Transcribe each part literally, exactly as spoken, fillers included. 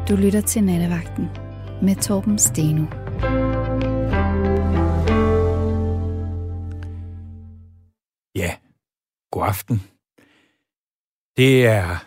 Du lytter til Nattevagten med Torben Steno. Ja, god aften. Det er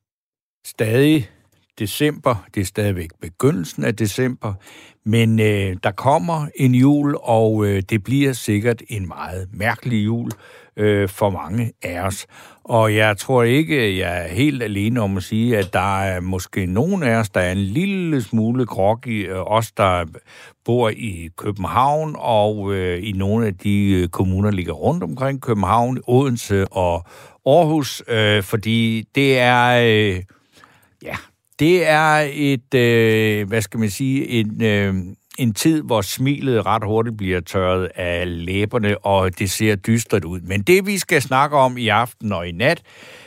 stadig december, det er stadigvæk begyndelsen af december, men øh, der kommer en jul, og øh, det bliver sikkert en meget mærkelig jul øh, for mange af os. Og jeg tror ikke, jeg er helt alene om at sige, at der er måske nogen af os, der er en lille smule groggy, øh, os der bor i København og øh, i nogle af de øh, kommuner, der ligger rundt omkring København, Odense og Aarhus, øh, fordi det er, øh, ja, det er et, øh, hvad skal man sige, en, øh, en tid, hvor smilet ret hurtigt bliver tørret af læberne, og det ser dystert ud. Men det, vi skal snakke om i aften og i nat,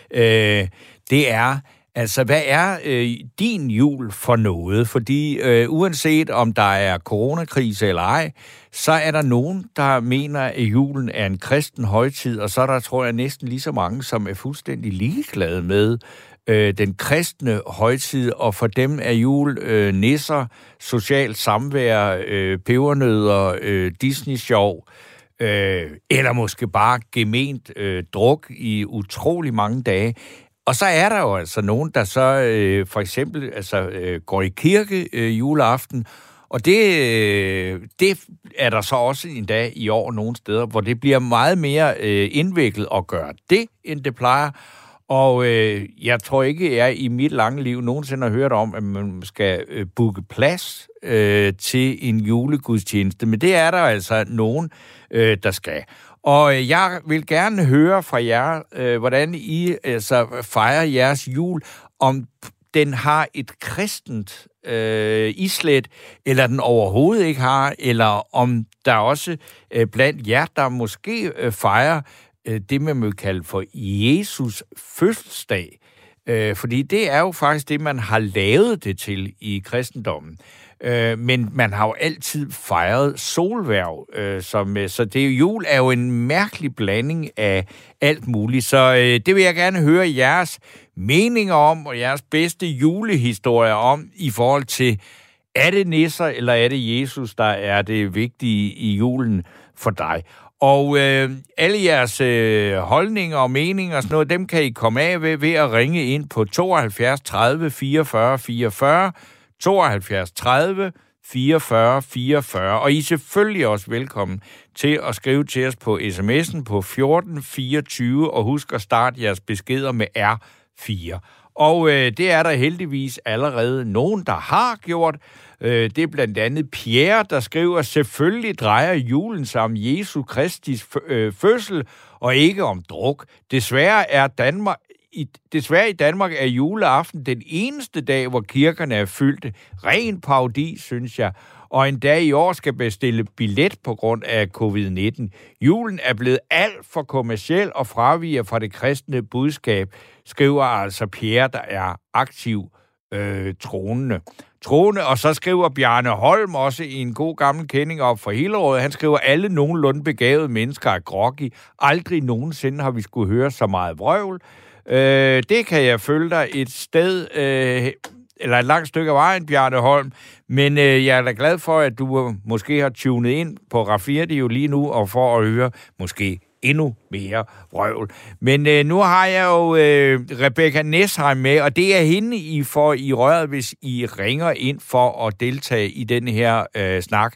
øh, det er, altså, hvad er øh, din jul for noget? Fordi øh, uanset om der er coronakrise eller ej, så er der nogen, der mener, at julen er en kristen højtid, og så er der, tror jeg, næsten lige så mange, som er fuldstændig ligeglade med øh, den kristne højtid, og for dem er jul øh, nisser, socialt samvær, øh, pebernødder, øh, Disney-sjov, øh, eller måske bare gement øh, druk i utrolig mange dage. Og så er der jo altså nogen, der så øh, for eksempel altså, øh, går i kirke øh, juleaften, og det, øh, det er der så også en dag i år nogle steder, hvor det bliver meget mere øh, indviklet at gøre det, end det plejer. Og øh, jeg tror ikke, jeg i mit lange liv nogensinde har hørt om, at man skal øh, booke plads øh, til en julegudstjeneste. Men det er der altså nogen, øh, der skal. Og jeg vil gerne høre fra jer, øh, hvordan I altså, fejrer jeres jul, om den har et kristent øh, islet, eller den overhovedet ikke har, eller om der også øh, blandt jer, der måske øh, fejrer øh, det, man vil kalde for Jesus fødselsdag. Øh, fordi det er jo faktisk det, man har lavet det til i kristendommen. Øh, men man har jo altid fejret solhverv, øh, som, så det jul er jo en mærkelig blanding af alt muligt. Så øh, det vil jeg gerne høre jeres meninger om, og jeres bedste julehistorier om, i forhold til, er det nisser, eller er det Jesus, der er det vigtige i julen for dig? Og øh, alle jeres øh, holdninger og meninger og sådan noget, dem kan I komme af ved, ved at ringe ind på tooghalvfjerds tredive fireogfyrre fireogfyrre, tooghalvfjerds tredive fireogfyrre fireogfyrre, og I er selvfølgelig også velkommen til at skrive til os på sms'en på fjorten fireogtyve, og husk at starte jeres beskeder med R fire. Og øh, det er der heldigvis allerede nogen, der har gjort. Øh, det er blandt andet Pierre, der skriver, selvfølgelig drejer julen sig om Jesu Kristi f- øh, fødsel, og ikke om druk. Desværre er Danmark I, desværre i Danmark er juleaften den eneste dag, hvor kirkerne er fyldte. Ren parodi, synes jeg. Og en dag i år skal bestille billet på grund af covid nitten. Julen er blevet alt for kommerciel og fraviger fra det kristne budskab, skriver altså Pierre, der er aktiv øh, troende. Troende, og så skriver Bjarne Holm også i en god gammel kending op for Hillerød. Han skriver, alle nogenlunde begavede mennesker er groggy. Aldrig nogensinde har vi skulle høre så meget vrøvl. Øh, det kan jeg følge dig et sted, øh, eller et langt stykke af vejen, Bjarne Holm, men øh, jeg er da glad for, at du måske har tunet ind på Radio lige nu, og for at høre måske endnu mere vrøvl. Men øh, nu har jeg jo øh, Rebecca Nesheim med, og det er hende, I får i røret, hvis I ringer ind for at deltage i den her øh, snak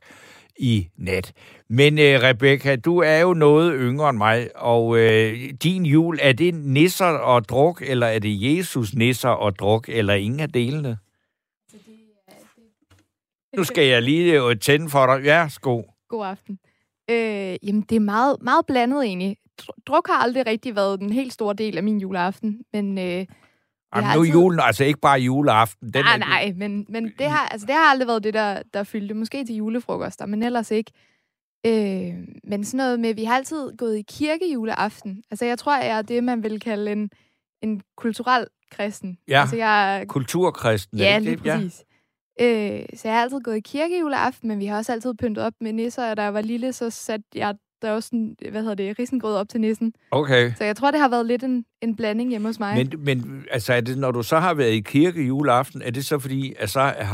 i nat. Men øh, Rebecca, du er jo noget yngre end mig, og øh, din jul, er det nisser og druk, eller er det Jesus nisser og druk, eller ingen af delene? Så det, ja, det... Nu skal jeg lige øh, tænde for dig. Ja, sko. God aften. Øh, jamen, det er meget, meget blandet egentlig. Druk har aldrig rigtig været den helt store del af min juleaften, men... Øh, Jamen, nu altid... julen, altså ikke bare juleaften. Den nej, er... nej, men, men det, har, altså, det har aldrig været det, der, der fyldte. Måske til julefrokoster, men ellers ikke. Øh, men sådan noget med, vi har altid gået i kirke juleaften. Altså, jeg tror, jeg er det, man vil kalde en, en kulturel kristen. Ja, altså, jeg... kulturkristen. Ja, lige præcis. Ja. Øh, så jeg har altid gået i kirke juleaften, men vi har også altid pyntet op med nisser, og da jeg var lille, så satte jeg der er også sådan, hvad hedder det, risengrød op til nissen. Okay. Så jeg tror, det har været lidt en, en blanding hjemme hos mig. Men, men altså, er det, når du så har været i kirke juleaften, er det så fordi, at så